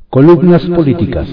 Columnas políticas.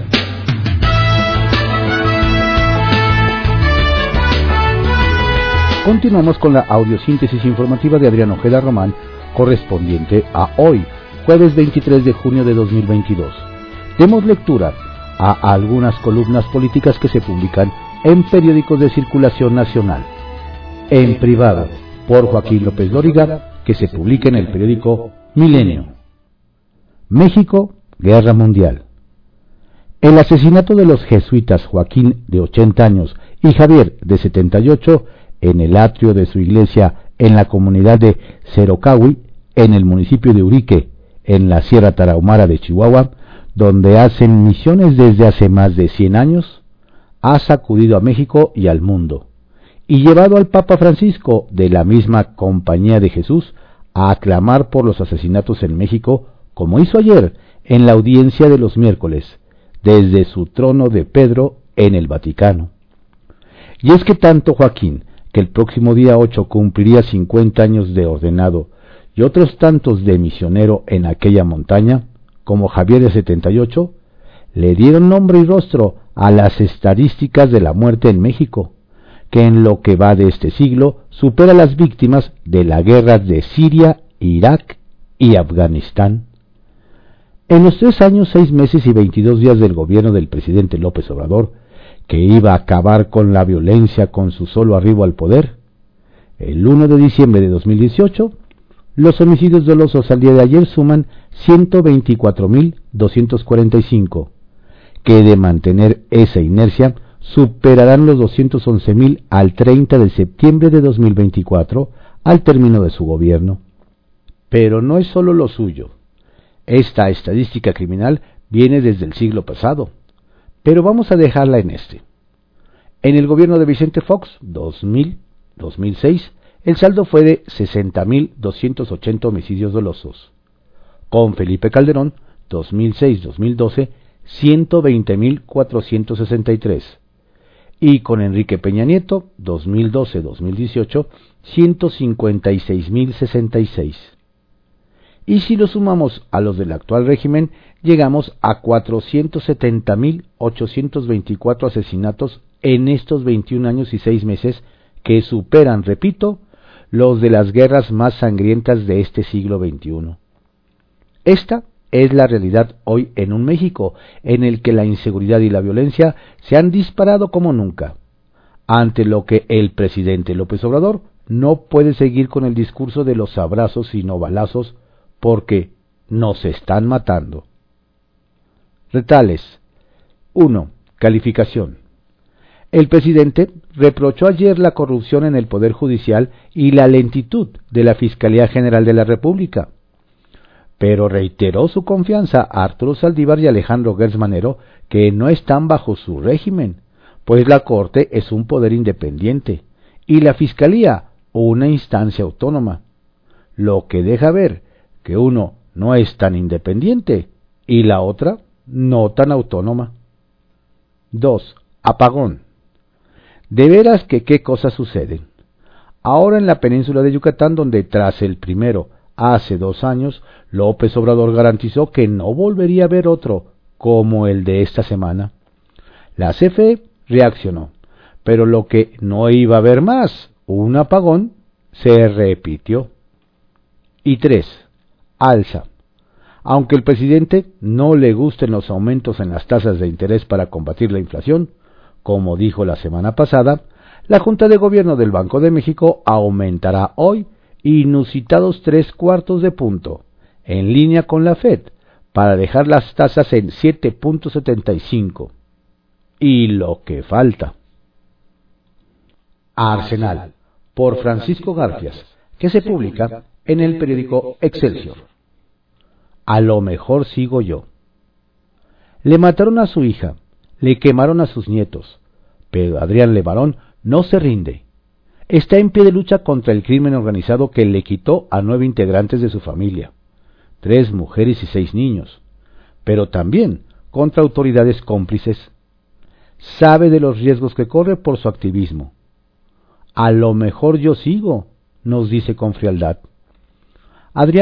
Continuamos con la audiosíntesis informativa de Adrián Ojeda Román, correspondiente a hoy, jueves 23 de junio de 2022. Demos lectura a algunas columnas políticas que se publican en periódicos de circulación nacional. En privado, por Joaquín López Dóriga, que se publica en el periódico Milenio. México, Guerra Mundial. El asesinato de los jesuitas Joaquín, de 80 años, y Javier, de 78, en el atrio de su iglesia en la comunidad de Cerocahui, en el municipio de Urique, en la Sierra Tarahumara de Chihuahua, donde hacen misiones desde hace más de 100 años, ha sacudido a México y al mundo, y llevado al Papa Francisco, de la misma Compañía de Jesús, a aclamar por los asesinatos en México, como hizo ayer en la audiencia de los miércoles, desde su trono de Pedro en el Vaticano. Y es que tanto Joaquín, que el próximo día 8 cumpliría 50 años de ordenado, y otros tantos de misionero en aquella montaña, como Javier de 78, le dieron nombre y rostro a las estadísticas de la muerte en México, que en lo que va de este siglo supera las víctimas de la guerra de Siria, Irak y Afganistán. En los 3 años, 6 meses y 22 días del gobierno del presidente López Obrador, que iba a acabar con la violencia con su solo arribo al poder, el 1 de diciembre de 2018, los homicidios dolosos al día de ayer suman 124.245, que de mantener esa inercia superarán los 211.000 al 30 de septiembre de 2024, al término de su gobierno. Pero no es solo lo suyo. Esta estadística criminal viene desde el siglo pasado, pero vamos a dejarla en este. En el gobierno de Vicente Fox, 2000-2006, el saldo fue de 60.280 homicidios dolosos. Con Felipe Calderón, 2006-2012, 120.463. Y con Enrique Peña Nieto, 2012-2018, 156.066. Y si lo sumamos a los del actual régimen, llegamos a 470.824 asesinatos en estos 21 años y 6 meses, que superan, repito, los de las guerras más sangrientas de este siglo XXI. Esta es la realidad hoy en un México en el que la inseguridad y la violencia se han disparado como nunca, ante lo que el presidente López Obrador no puede seguir con el discurso de los abrazos y no balazos, porque nos están matando. Retales. 1. Calificación. El presidente reprochó ayer la corrupción en el Poder Judicial y la lentitud de la Fiscalía General de la República, pero reiteró su confianza a Arturo Saldívar y Alejandro Gertz Manero, que no están bajo su régimen, pues la Corte es un poder independiente y la Fiscalía una instancia autónoma, lo que deja ver que uno no es tan independiente y la otra no tan autónoma. 2. Apagón. De veras que qué cosas suceden. Ahora en la península de Yucatán, donde tras el primero, hace 2 años, López Obrador garantizó que no volvería a haber otro como el de esta semana. La CFE reaccionó, pero lo que no iba a haber más, un apagón, se repitió. Y 3. Alza. Aunque al presidente no le gusten los aumentos en las tasas de interés para combatir la inflación, como dijo la semana pasada, la Junta de Gobierno del Banco de México aumentará hoy inusitados 3/4 de punto, en línea con la Fed, para dejar las tasas en 7.75. Y lo que falta. Arsenal, por Francisco Garfias, que se publica en el periódico Excelsior. A lo mejor sigo yo. Le mataron a su hija, le quemaron a sus nietos, pero Adrián Levarón no se rinde. Está en pie de lucha contra el crimen organizado que le quitó a 9 integrantes de su familia, 3 mujeres y 6 niños, pero también contra autoridades cómplices. Sabe de los riesgos que corre por su activismo. A lo mejor yo sigo, nos dice con frialdad. Adrián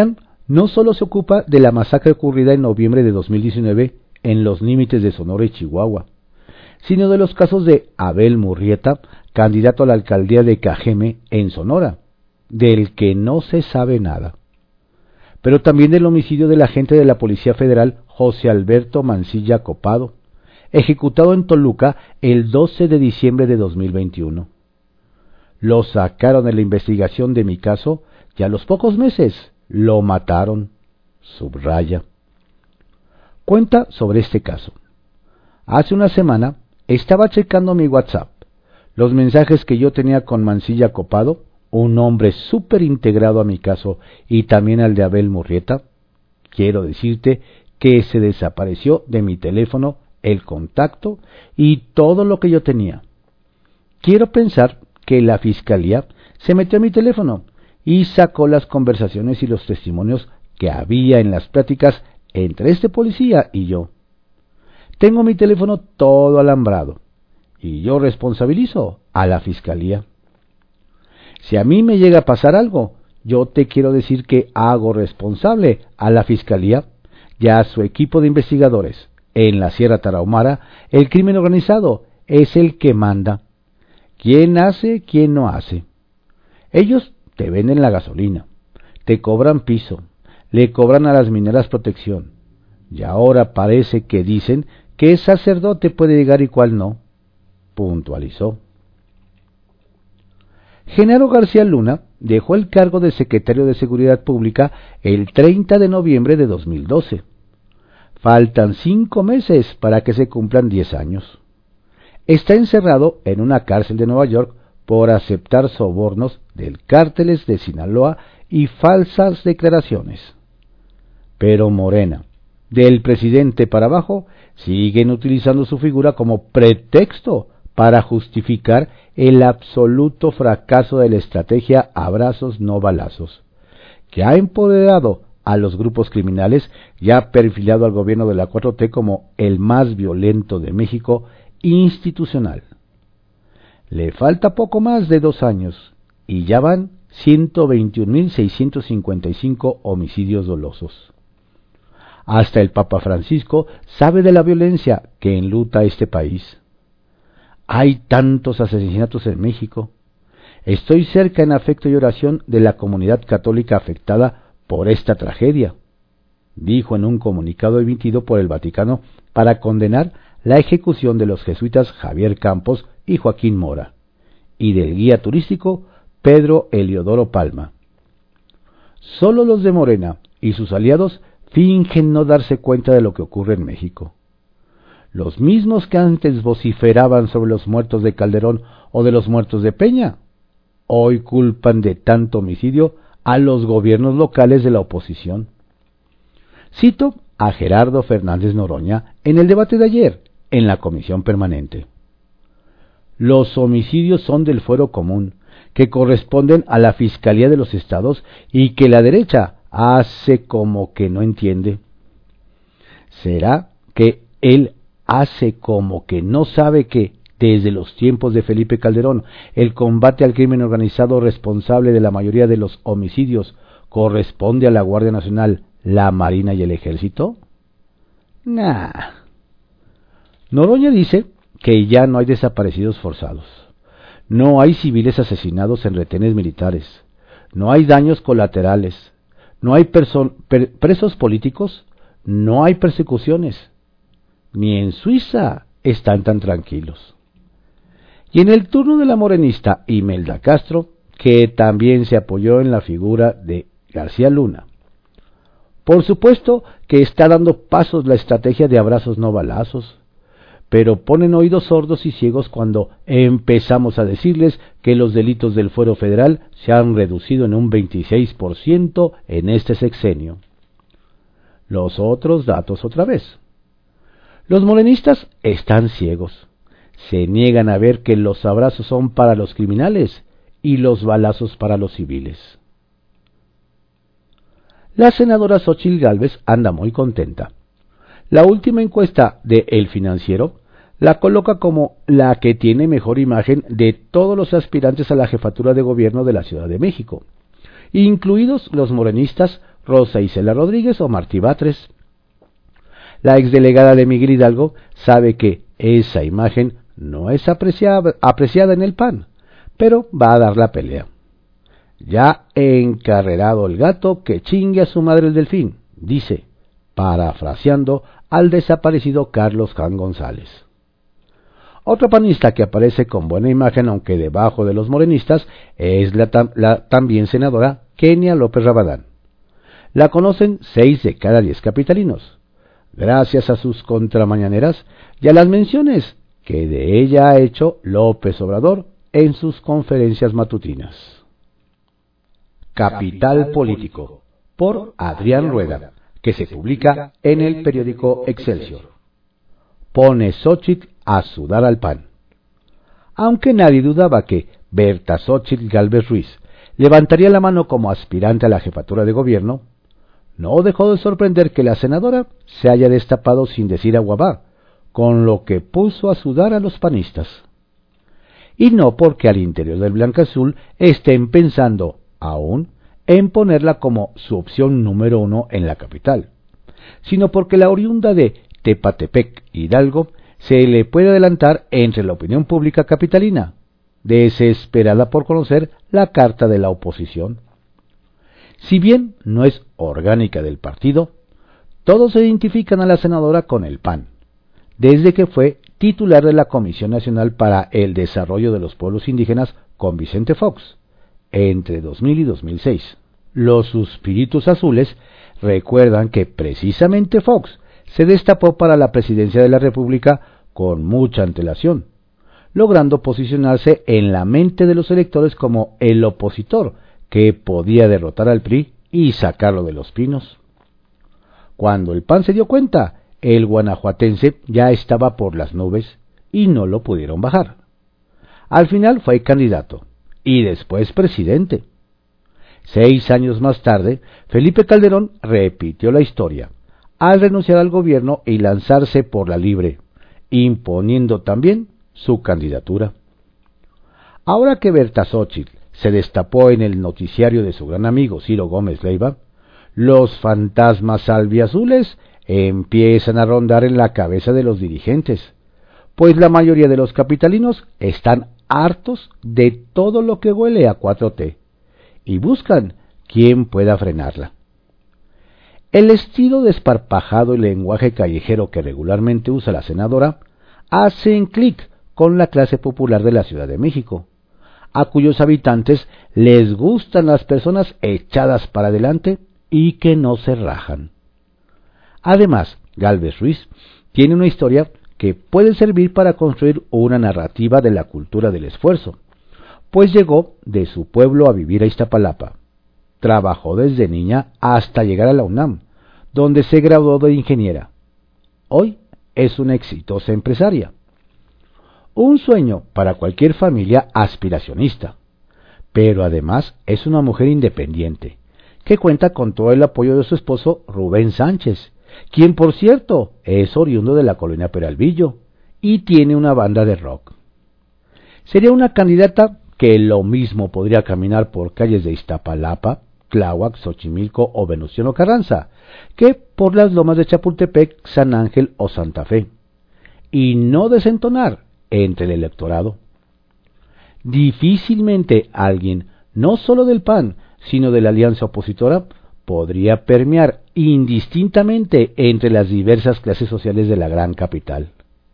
no solo se ocupa de la masacre ocurrida en noviembre de 2019 en los límites de Sonora y Chihuahua, sino de los casos de Abel Murrieta, candidato a la alcaldía de Cajeme en Sonora, del que no se sabe nada, pero también del homicidio del agente de la Policía Federal José Alberto Mancilla Copado, ejecutado en Toluca el 12 de diciembre de 2021. Lo sacaron de la investigación de mi caso y a los pocos meses lo mataron, subraya. Cuenta sobre este caso. Hace una semana estaba checando mi WhatsApp, los mensajes que yo tenía con Mancilla Copado, un hombre súper integrado a mi caso y también al de Abel Murrieta. Quiero decirte que se desapareció de mi teléfono el contacto y todo lo que yo tenía. Quiero pensar que la fiscalía se metió a mi teléfono y sacó las conversaciones y los testimonios que había en las pláticas entre este policía y yo. Tengo mi teléfono todo alambrado y yo responsabilizo a la fiscalía. Si a mí me llega a pasar algo, yo te quiero decir que hago responsable a la fiscalía y a su equipo de investigadores. En la Sierra Tarahumara, el crimen organizado es el que manda. ¿Quién hace, quién no hace? Ellos te venden la gasolina, te cobran piso, le cobran a las mineras protección, y ahora parece que dicen que el sacerdote puede llegar y cuál no, puntualizó. Genaro García Luna dejó el cargo de secretario de Seguridad Pública el 30 de noviembre de 2012. Faltan 5 meses para que se cumplan 10 años. Está encerrado en una cárcel de Nueva York por aceptar sobornos del cárteles de Sinaloa y falsas declaraciones. Pero Morena, del presidente para abajo, siguen utilizando su figura como pretexto para justificar el absoluto fracaso de la estrategia abrazos no balazos, que ha empoderado a los grupos criminales y ha perfilado al gobierno de la 4T como el más violento de México institucional. Le falta poco más de 2 años y ya van 121.655 homicidios dolosos. Hasta el Papa Francisco sabe de la violencia que enluta a este país. Hay tantos asesinatos en México. Estoy cerca en afecto y oración de la comunidad católica afectada por esta tragedia, dijo en un comunicado emitido por el Vaticano para condenar la ejecución de los jesuitas Javier Campos y Joaquín Mora, y del guía turístico Pedro Eliodoro Palma. Solo los de Morena y sus aliados fingen no darse cuenta de lo que ocurre en México. Los mismos que antes vociferaban sobre los muertos de Calderón o de los muertos de Peña, hoy culpan de tanto homicidio a los gobiernos locales de la oposición. Cito a Gerardo Fernández Noroña en el debate de ayer en la Comisión Permanente. Los homicidios son del fuero común, que corresponden a la Fiscalía de los Estados y que la derecha hace como que no entiende. ¿Será que él hace como que no sabe que, desde los tiempos de Felipe Calderón, el combate al crimen organizado responsable de la mayoría de los homicidios corresponde a la Guardia Nacional, la Marina y el Ejército? Nah. Noroña dice que ya no hay desaparecidos forzados, no hay civiles asesinados en retenes militares, no hay daños colaterales, no hay presos políticos, no hay persecuciones. Ni en Suiza están tan tranquilos. Y en el turno de la morenista Imelda Castro, que también se apoyó en la figura de García Luna. Por supuesto que está dando pasos la estrategia de abrazos no balazos, pero ponen oídos sordos y ciegos cuando empezamos a decirles que los delitos del fuero federal se han reducido en un 26% en este sexenio. Los otros datos otra vez. Los morenistas están ciegos, se niegan a ver que los abrazos son para los criminales y los balazos para los civiles. La senadora Xóchitl Gálvez anda muy contenta. La última encuesta de El Financiero la coloca como la que tiene mejor imagen de todos los aspirantes a la jefatura de gobierno de la Ciudad de México, incluidos los morenistas Rosa Isela Rodríguez o Martí Batres. La exdelegada de Miguel Hidalgo sabe que esa imagen no es apreciada en el PAN, pero va a dar la pelea. Ya encarrerado el gato, que chingue a su madre el delfín, dice, parafraseando al desaparecido Carlos Jan González. Otro panista que aparece con buena imagen, aunque debajo de los morenistas, es la también senadora Kenia López Rabadán. La conocen 6 de cada 10 capitalinos, gracias a sus contramañaneras y a las menciones que de ella ha hecho López Obrador en sus conferencias matutinas. Capital Político, por Adrián Rueda, que se publica en el periódico Excelsior. Pone Xóchitl a sudar al PAN. Aunque nadie dudaba que Berta Xóchitl Gálvez Ruiz levantaría la mano como aspirante a la jefatura de gobierno, no dejó de sorprender que la senadora se haya destapado sin decir aguabá, con lo que puso a sudar a los panistas. Y no porque al interior del Blancaazul estén pensando aún en ponerla como su opción número 1 en la capital, sino porque la oriunda de Tepatepec, Hidalgo, se le puede adelantar entre la opinión pública capitalina, desesperada por conocer la carta de la oposición. Si bien no es orgánica del partido, todos identifican a la senadora con el PAN, desde que fue titular de la Comisión Nacional para el Desarrollo de los Pueblos Indígenas con Vicente Fox, entre 2000 y 2006. Los suspiritos azules recuerdan que precisamente Fox se destapó para la presidencia de la República con mucha antelación, logrando posicionarse en la mente de los electores como el opositor que podía derrotar al PRI y sacarlo de los pinos. Cuando el PAN se dio cuenta, el guanajuatense ya estaba por las nubes y no lo pudieron bajar. Al final fue candidato y después presidente. 6 años más tarde, Felipe Calderón repitió la historia, al renunciar al gobierno y lanzarse por la libre, imponiendo también su candidatura. Ahora que Berta Xóchitl se destapó en el noticiario de su gran amigo Ciro Gómez Leiva, los fantasmas albiazules empiezan a rondar en la cabeza de los dirigentes, pues la mayoría de los capitalinos están hartos de todo lo que huele a 4T y buscan quién pueda frenarla. El estilo desparpajado y lenguaje callejero que regularmente usa la senadora hacen clic con la clase popular de la Ciudad de México, a cuyos habitantes les gustan las personas echadas para adelante y que no se rajan. Además, Gálvez Ruiz tiene una historia que puede servir para construir una narrativa de la cultura del esfuerzo, pues llegó de su pueblo a vivir a Iztapalapa. Trabajó desde niña hasta llegar a la UNAM, donde se graduó de ingeniera. Hoy es una exitosa empresaria. Un sueño para cualquier familia aspiracionista, pero además es una mujer independiente, que cuenta con todo el apoyo de su esposo Rubén Sánchez, quien por cierto es oriundo de la colonia Peralvillo y tiene una banda de rock. Sería una candidata que lo mismo podría caminar por calles de Iztapalapa, Tláhuac, Xochimilco o Venustiano Carranza, que por las lomas de Chapultepec, San Ángel o Santa Fe, y no desentonar entre el electorado. Difícilmente alguien, no solo del PAN, sino de la alianza opositora, podría permear indistintamente entre las diversas clases sociales de la gran capital.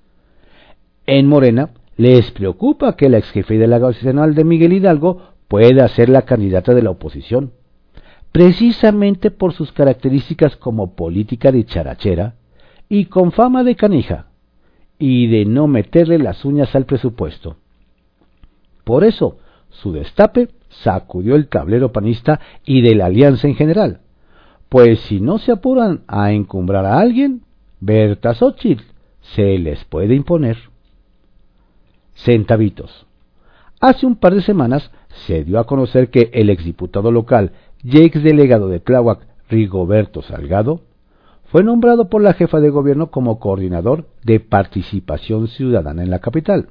En Morena les preocupa que la exjefe delegacional de Miguel Hidalgo pueda ser la candidata de la oposición, precisamente por sus características como política dicharachera y con fama de canija, y de no meterle las uñas al presupuesto. Por eso, su destape sacudió el tablero panista y de la alianza en general, pues si no se apuran a encumbrar a alguien, Berta Xóchitl se les puede imponer. Centavitos. Hace un par de semanas se dio a conocer que el exdiputado local y exdelegado de Tláhuac, Rigoberto Salgado, fue nombrado por la jefa de gobierno como coordinador de participación ciudadana en la capital.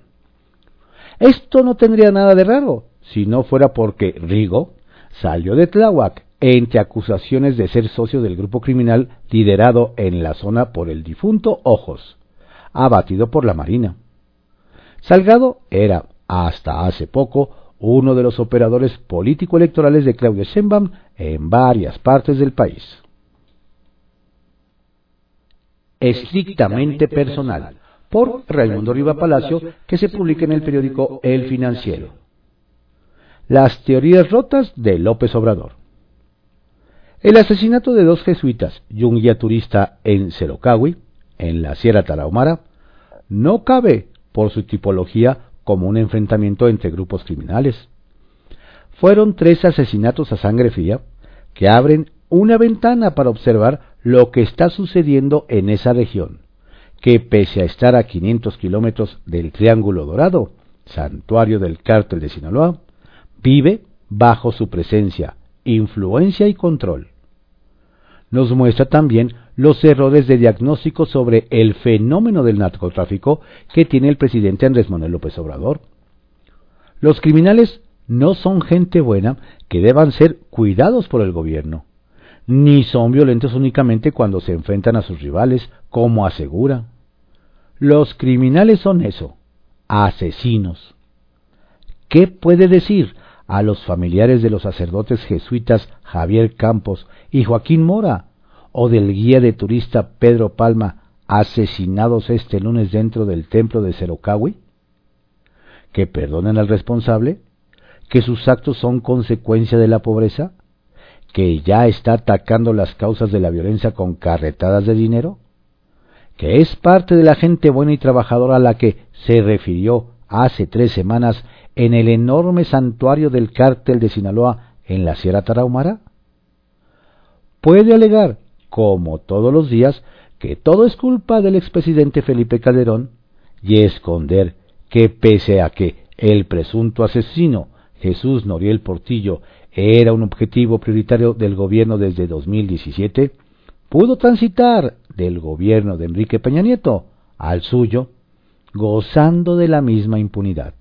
Esto no tendría nada de raro si no fuera porque Rigo salió de Tláhuac entre acusaciones de ser socio del grupo criminal liderado en la zona por el difunto Ojos, abatido por la Marina. Salgado era, hasta hace poco, uno de los operadores político-electorales de Claudia Sheinbaum en varias partes del país. Estrictamente personal, por Raimundo Riva Palacio, que se publica en el periódico El Financiero. Las teorías rotas de López Obrador. El asesinato de dos jesuitas y un guía turista en Cerocahui, en la Sierra Tarahumara, no cabe, por su tipología, como un enfrentamiento entre grupos criminales. Fueron 3 asesinatos a sangre fría que abren una ventana para observar lo que está sucediendo en esa región, que pese a estar a 500 kilómetros del Triángulo Dorado, santuario del Cártel de Sinaloa, vive bajo su presencia, influencia y control. Nos muestra también los errores de diagnóstico sobre el fenómeno del narcotráfico que tiene el presidente Andrés Manuel López Obrador. Los criminales no son gente buena que deban ser cuidados por el gobierno, ni son violentos únicamente cuando se enfrentan a sus rivales, como asegura. Los criminales son eso, asesinos. ¿Qué puede decir a los familiares de los sacerdotes jesuitas Javier Campos y Joaquín Mora, o del guía de turista Pedro Palma, asesinados este lunes dentro del templo de Cerocahui? ¿Que perdonen al responsable? ¿Que sus actos son consecuencia de la pobreza? ¿Que ya está atacando las causas de la violencia con carretadas de dinero? ¿Que es parte de la gente buena y trabajadora a la que se refirió hace 3 semanas en el enorme santuario del Cártel de Sinaloa en la Sierra Tarahumara? Puede alegar, como todos los días, que todo es culpa del expresidente Felipe Calderón y esconder que pese a que el presunto asesino Jesús Noriel Portillo era un objetivo prioritario del gobierno desde 2017, pudo transitar del gobierno de Enrique Peña Nieto al suyo, gozando de la misma impunidad.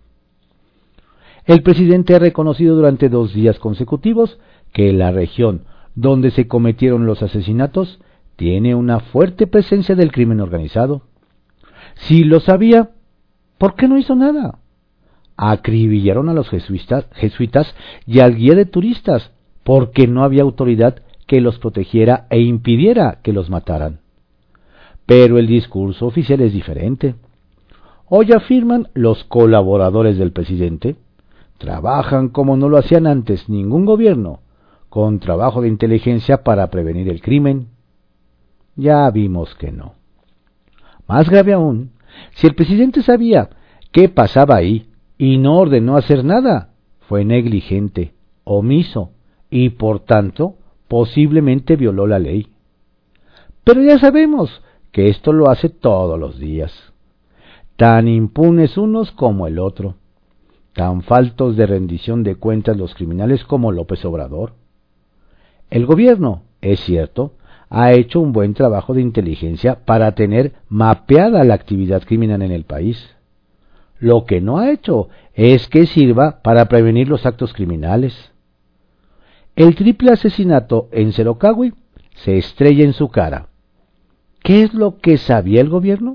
El presidente ha reconocido durante 2 días consecutivos que la región donde se cometieron los asesinatos tiene una fuerte presencia del crimen organizado. Si lo sabía, ¿por qué no hizo nada? Acribillaron a los jesuitas y al guía de turistas porque no había autoridad que los protegiera e impidiera que los mataran. Pero el discurso oficial es diferente. Hoy afirman los colaboradores del presidente, trabajan como no lo hacían antes ningún gobierno, con trabajo de inteligencia para prevenir el crimen. Ya vimos que no. Más grave aún, si el presidente sabía qué pasaba ahí y no ordenó hacer nada, fue negligente, omiso y por tanto posiblemente violó la ley. Pero ya sabemos que esto lo hace todos los días. Tan impunes unos como el otro, tan faltos de rendición de cuentas los criminales como López Obrador. El gobierno, es cierto, ha hecho un buen trabajo de inteligencia para tener mapeada la actividad criminal en el país. Lo que no ha hecho es que sirva para prevenir los actos criminales. El triple asesinato en Cerocahui se estrella en su cara. ¿Qué es lo que sabía el gobierno?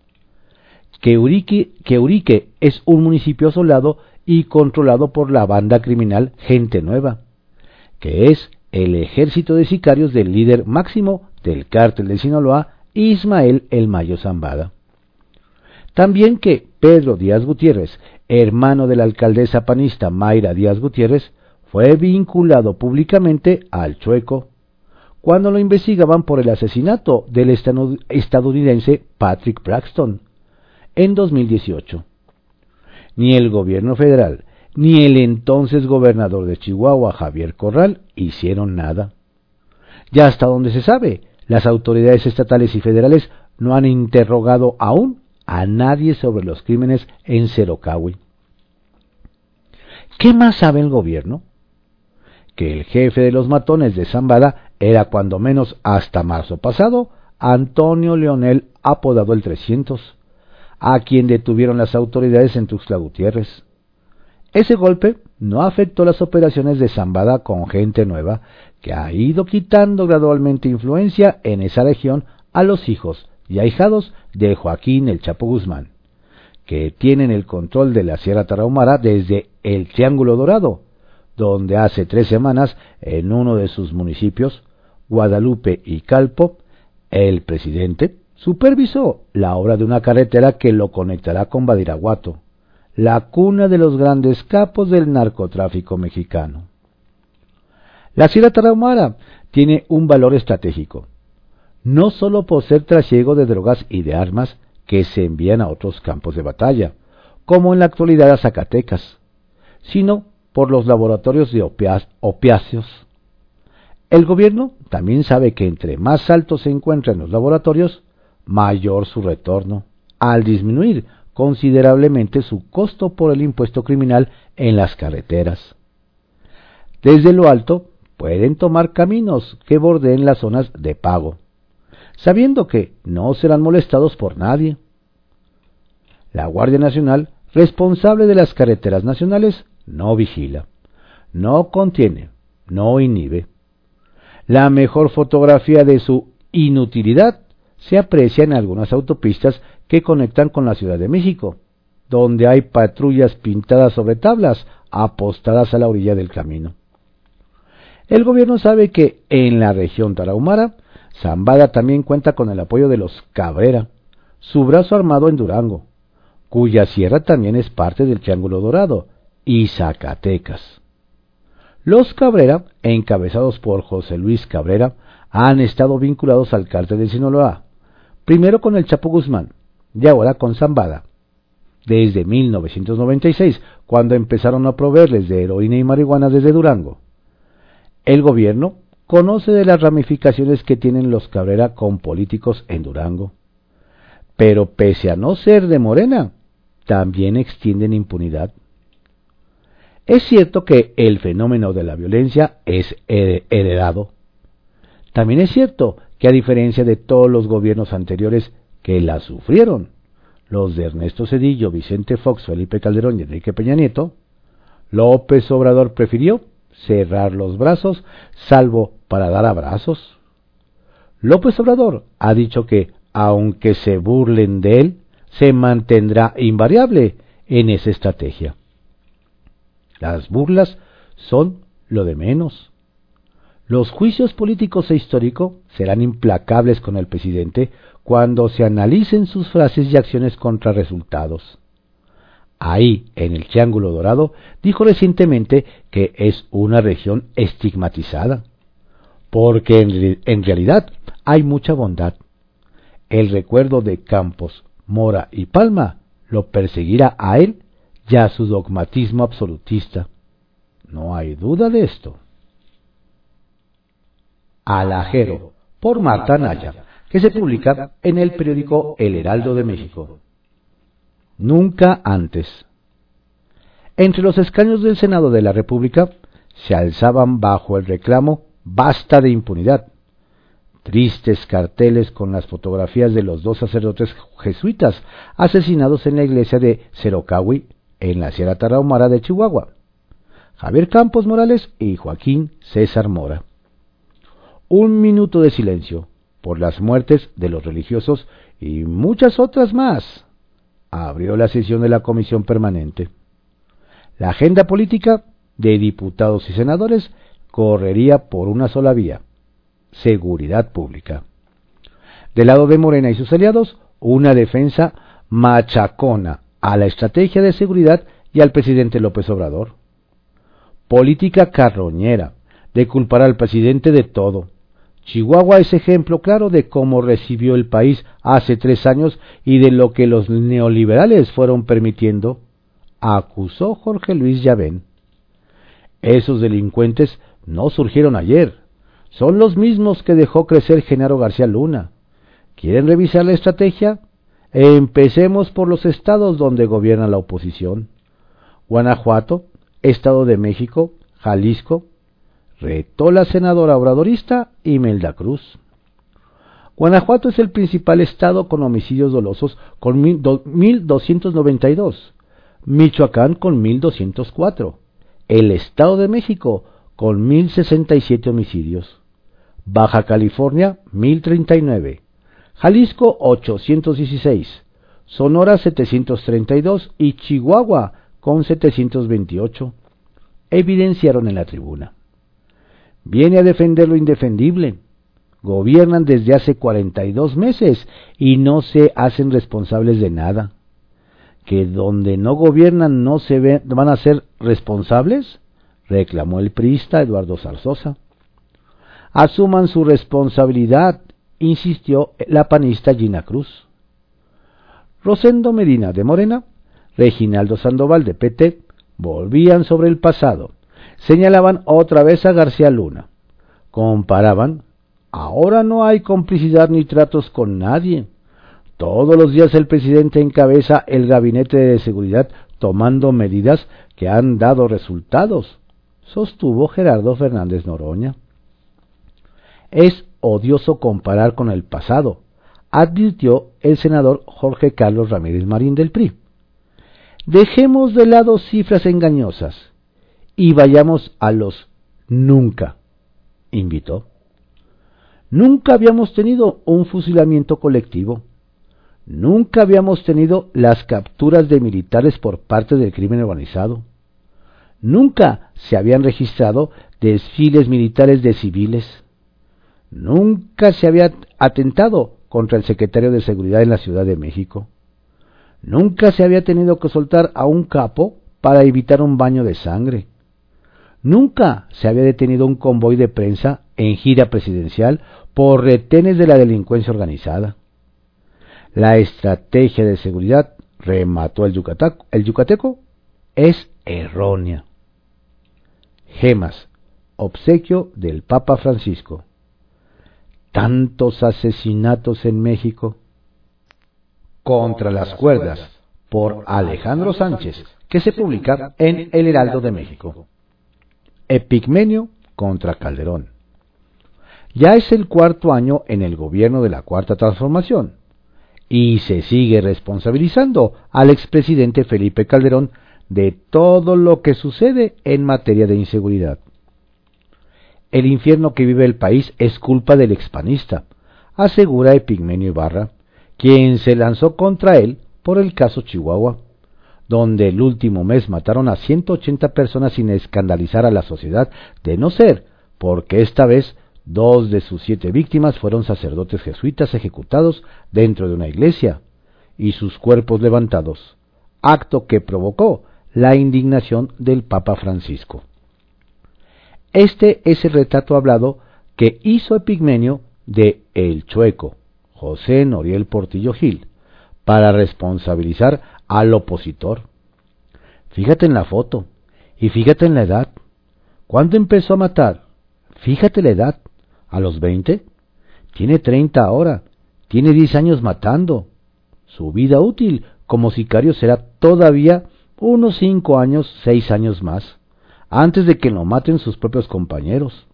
Que Urique es un municipio asolado y controlado por la banda criminal Gente Nueva, que es el ejército de sicarios del líder máximo del Cártel de Sinaloa, Ismael El Mayo Zambada. También que Pedro Díaz Gutiérrez, hermano de la alcaldesa panista Mayra Díaz Gutiérrez, fue vinculado públicamente al Chueco, cuando lo investigaban por el asesinato del estadounidense Patrick Braxton en 2018. Ni el gobierno federal ni el entonces gobernador de Chihuahua, Javier Corral, hicieron nada. Ya hasta donde se sabe, las autoridades estatales y federales no han interrogado aún a nadie sobre los crímenes en Cerocahui. ¿Qué más sabe el gobierno? Que el jefe de los matones de Zambada era cuando menos hasta marzo pasado Antonio Leonel, apodado el 300, a quien detuvieron las autoridades en Tuxtla Gutiérrez. Ese golpe no afectó las operaciones de Zambada con Gente Nueva, que ha ido quitando gradualmente influencia en esa región a los hijos y ahijados de Joaquín El Chapo Guzmán, que tienen el control de la Sierra Tarahumara desde el Triángulo Dorado, donde hace 3 semanas, en uno de sus municipios, Guadalupe y Calpo, el presidente supervisó la obra de una carretera que lo conectará con Badiraguato, la cuna de los grandes capos del narcotráfico mexicano. La Sierra Tarahumara tiene un valor estratégico, no solo por ser trasiego de drogas y de armas que se envían a otros campos de batalla, como en la actualidad a Zacatecas, sino por los laboratorios de opiáceos. El gobierno también sabe que entre más altos se encuentran los laboratorios, mayor su retorno, al disminuir considerablemente su costo por el impuesto criminal en las carreteras. Desde lo alto pueden tomar caminos que bordeen las zonas de pago, sabiendo que no serán molestados por nadie. La Guardia Nacional, responsable de las carreteras nacionales, no vigila, no contiene, no inhibe. La mejor fotografía de su inutilidad se aprecia en algunas autopistas que conectan con la Ciudad de México, donde hay patrullas pintadas sobre tablas apostadas a la orilla del camino. El gobierno sabe que en la región tarahumara, Zambada también cuenta con el apoyo de los Cabrera, su brazo armado en Durango, cuya sierra también es parte del Triángulo Dorado, y Zacatecas. Los Cabrera, encabezados por José Luis Cabrera, han estado vinculados al cártel de Sinaloa, primero con el Chapo Guzmán y ahora con Zambada. Desde 1996, cuando empezaron a proveerles de heroína y marihuana desde Durango. El gobierno conoce de las ramificaciones que tienen los Cabrera con políticos en Durango, pero pese a no ser de Morena, también extienden impunidad. Es cierto que el fenómeno de la violencia es heredado. También es cierto que a diferencia de todos los gobiernos anteriores que la sufrieron, los de Ernesto Zedillo, Vicente Fox, Felipe Calderón y Enrique Peña Nieto, López Obrador prefirió cerrar los brazos, salvo para dar abrazos. López Obrador ha dicho que, aunque se burlen de él, se mantendrá invariable en esa estrategia. Las burlas son lo de menos. Los juicios políticos e históricos serán implacables con el presidente cuando se analicen sus frases y acciones contra resultados. Ahí, en el Triángulo Dorado, dijo recientemente que es una región estigmatizada, porque en realidad hay mucha bondad. El recuerdo de Campos, Mora y Palma lo perseguirá a él y a su dogmatismo absolutista. No hay duda de esto. Alajero, por Marta Anaya, que se publica en el periódico El Heraldo de México. Nunca antes. Entre los escaños del Senado de la República se alzaban bajo el reclamo "basta de impunidad", tristes carteles con las fotografías de los 2 sacerdotes jesuitas asesinados en la iglesia de Cerocahui, en la Sierra Tarahumara de Chihuahua, Javier Campos Morales y Joaquín César Mora. 1 minuto de silencio por las muertes de los religiosos y muchas otras más. Abrió la sesión de la Comisión Permanente. La agenda política de diputados y senadores correría por una sola vía: seguridad pública. Del lado de Morena y sus aliados, una defensa machacona a la estrategia de seguridad y al presidente López Obrador. Política carroñera, de culpar al presidente de todo. Chihuahua es ejemplo claro de cómo recibió el país hace 3 años y de lo que los neoliberales fueron permitiendo, acusó Jorge Luis Llavén. Esos delincuentes no surgieron ayer, son los mismos que dejó crecer Genaro García Luna. ¿Quieren revisar la estrategia? Empecemos por los estados donde gobierna la oposición: Guanajuato, Estado de México, Jalisco. Retó la senadora obradorista Imelda Cruz. Guanajuato es el principal estado con homicidios dolosos con 1.292, Michoacán con 1.204, el Estado de México con 1067 homicidios. Baja California, 1039. Jalisco, 816. Sonora, 732 y Chihuahua, con 728. Evidenciaron en la tribuna. Viene a defender lo indefendible. Gobiernan desde hace 42 meses y no se hacen responsables de nada. ¿Que donde no gobiernan no van a ser responsables?, reclamó el priista Eduardo Zarzosa. Asuman su responsabilidad, insistió la panista Gina Cruz. Rosendo Medina de Morena, Reginaldo Sandoval de PT, volvían sobre el pasado. Señalaban otra vez a García Luna. Comparaban: ahora no hay complicidad ni tratos con nadie. Todos los días el presidente encabeza el gabinete de seguridad tomando medidas que han dado resultados, sostuvo Gerardo Fernández Noroña. Es odioso comparar con el pasado, advirtió el senador Jorge Carlos Ramírez Marín del PRI. Dejemos de lado cifras engañosas y vayamos a los nunca, invitó. Nunca habíamos tenido un fusilamiento colectivo. Nunca habíamos tenido las capturas de militares por parte del crimen organizado. Nunca se habían registrado desfiles militares de civiles. Nunca se había atentado contra el secretario de Seguridad en la Ciudad de México. Nunca se había tenido que soltar a un capo para evitar un baño de sangre. Nunca se había detenido un convoy de prensa en gira presidencial por retenes de la delincuencia organizada. La estrategia de seguridad, remató el yucateco, es errónea. Gemas, obsequio del Papa Francisco. Tantos asesinatos en México. Contra las cuerdas, por Alejandro Sánchez, que se publica en El Heraldo de México. Epigmenio contra Calderón. Ya es el cuarto año en el gobierno de la Cuarta Transformación, y se sigue responsabilizando al expresidente Felipe Calderón de todo lo que sucede en materia de inseguridad. El infierno que vive el país es culpa del expanista, asegura Epigmenio Ibarra, quien se lanzó contra él por el caso Chihuahua, donde el último mes mataron a 180 personas sin escandalizar a la sociedad, de no ser porque esta vez 2 de sus 7 víctimas fueron sacerdotes jesuitas ejecutados dentro de una iglesia y sus cuerpos levantados, acto que provocó la indignación del Papa Francisco. Este es el retrato hablado que hizo Epigmenio de El Chueco, José Noriel Portillo Gil, para responsabilizar al opositor. Fíjate en la foto y fíjate en la edad. ¿Cuándo empezó a matar? Fíjate la edad. ¿A los 20? Tiene 30 ahora. Tiene 10 años matando. Su vida útil como sicario será todavía unos 5 años, 6 años más, antes de que lo maten sus propios compañeros.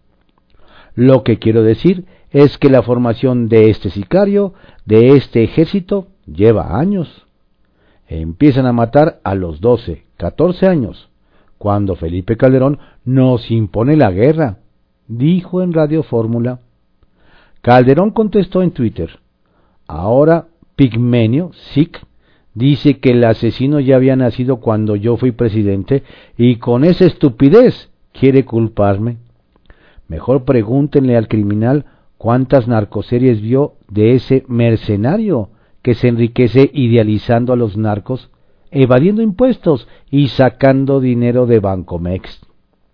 Lo que quiero decir es que la formación de este sicario, de este ejército, lleva años. Empiezan a matar a los 12, 14 años, cuando Felipe Calderón nos impone la guerra, dijo en Radio Fórmula. Calderón contestó en Twitter: ahora Pigmenio, SIC, dice que el asesino ya había nacido cuando yo fui presidente y con esa estupidez quiere culparme. Mejor pregúntenle al criminal cuántas narcoseries vio de ese mercenario que se enriquece idealizando a los narcos, evadiendo impuestos y sacando dinero de Bancomex.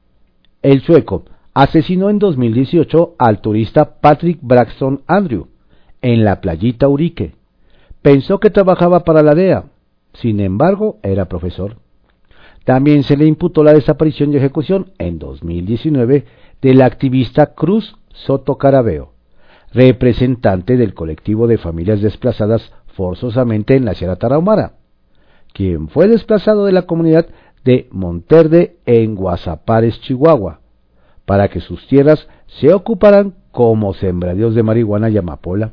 El Chueco asesinó en 2018 al turista Patrick Braxton Andrew en la playita Urique. Pensó que trabajaba para la DEA, sin embargo era profesor. También se le imputó la desaparición y ejecución en 2019 de la activista Cruz Soto Carabeo, representante del colectivo de familias desplazadas forzosamente en la Sierra Tarahumara, quien fue desplazado de la comunidad de Monterde en Guasapares, Chihuahua, para que sus tierras se ocuparan como sembradíos de marihuana y amapola.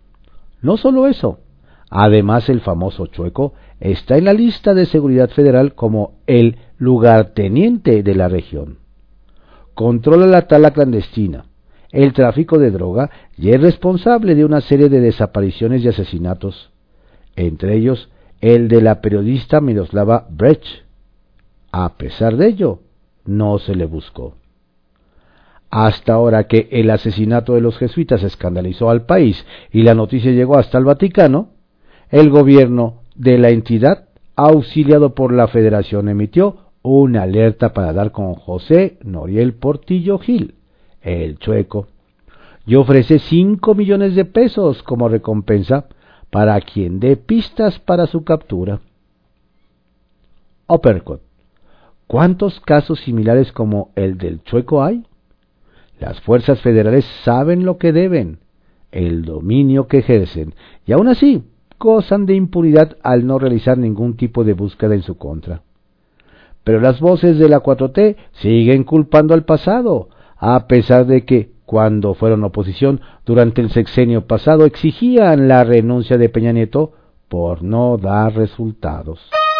No solo eso, además el famoso Chueco está en la lista de seguridad federal como el lugarteniente de la región. controla la tala clandestina, el tráfico de droga y es responsable de una serie de desapariciones y asesinatos, entre ellos el de la periodista Miroslava Brecht. A pesar de ello, no se le buscó. Hasta ahora que el asesinato de los jesuitas escandalizó al país y la noticia llegó hasta el Vaticano, el gobierno de la entidad, auxiliado por la Federación, emitió una alerta para dar con José Noriel Portillo Gil, el Chueco, y ofrece 5 millones de pesos como recompensa para quien dé pistas para su captura. Uppercut. ¿Cuántos casos similares como el del Chueco hay? Las fuerzas federales saben lo que deben, el dominio que ejercen, y aún así gozan de impunidad al no realizar ningún tipo de búsqueda en su contra. Pero las voces de la 4T siguen culpando al pasado, a pesar de que, cuando fueron oposición durante el sexenio pasado, exigían la renuncia de Peña Nieto por no dar resultados.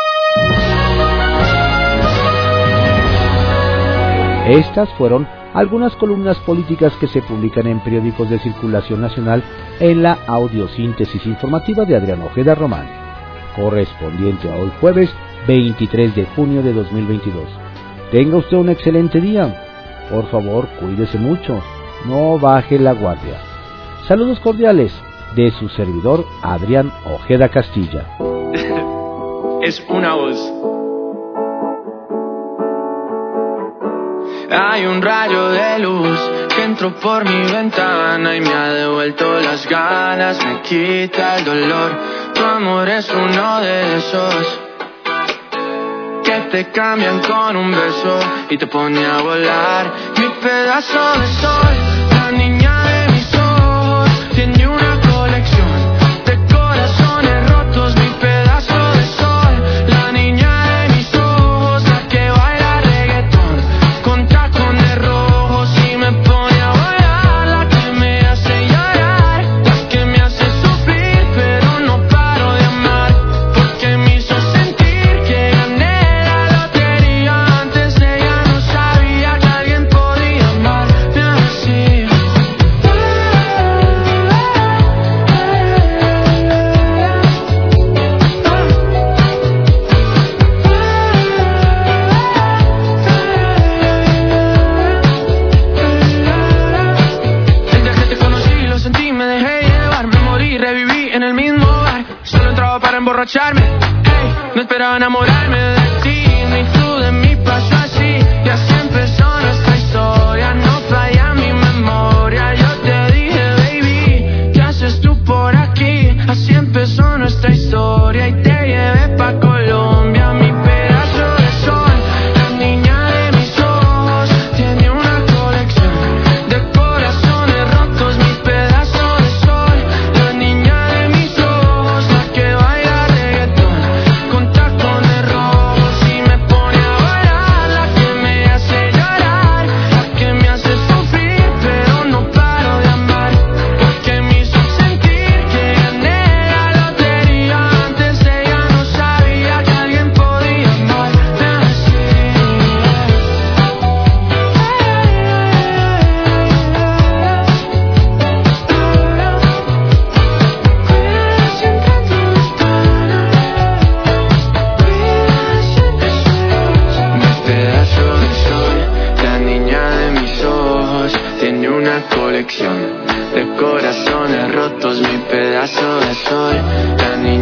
Estas fueron algunas columnas políticas que se publican en periódicos de circulación nacional en la audiosíntesis informativa de Adrián Ojeda Román, correspondiente a hoy jueves 23 de junio de 2022. Tenga usted un excelente día. Por favor, cuídese mucho. No baje la guardia. Saludos cordiales de su servidor Adrián Ojeda Castilla. Es una voz. Hay un rayo de luz que entró por mi ventana y me ha devuelto las ganas, me quita el dolor. Tu amor es uno de esos que te cambian con un beso y te pone a volar. Mi pedazo de sol, la niña de mis ojos, tiene una colección de corazones rotos. Mi pedazo de sol, la niña de mis ojos, la que baila reggaetón con tacones rojos y me pone a volar. La que me hace llorar, la que me hace sufrir, pero no paro de amar, porque me hizo sentir que gané. Hey, no esperaba enamorarme de ti, ni tú de mí pasó así. Y así empezó nuestra historia, no falla mi memoria. Yo te dije, baby, ¿qué haces tú por aquí? Así empezó nuestra historia y te llevé pa' Colombia. Mi pedazo de sol, la niña de mis ojos, tiene una colección de corazones rotos. Mi pedazo de sol, la niña de mis ojos, la que baila con tacones rojos y me pone a volar. La que me hace llorar, la que me hace sufrir, pero no paro de amar, porque me hizo sentir que gané la lotería. Antes ella no sabía que alguien podía amarme así. Colección de corazones rotos, mi pedazo de sol, la niña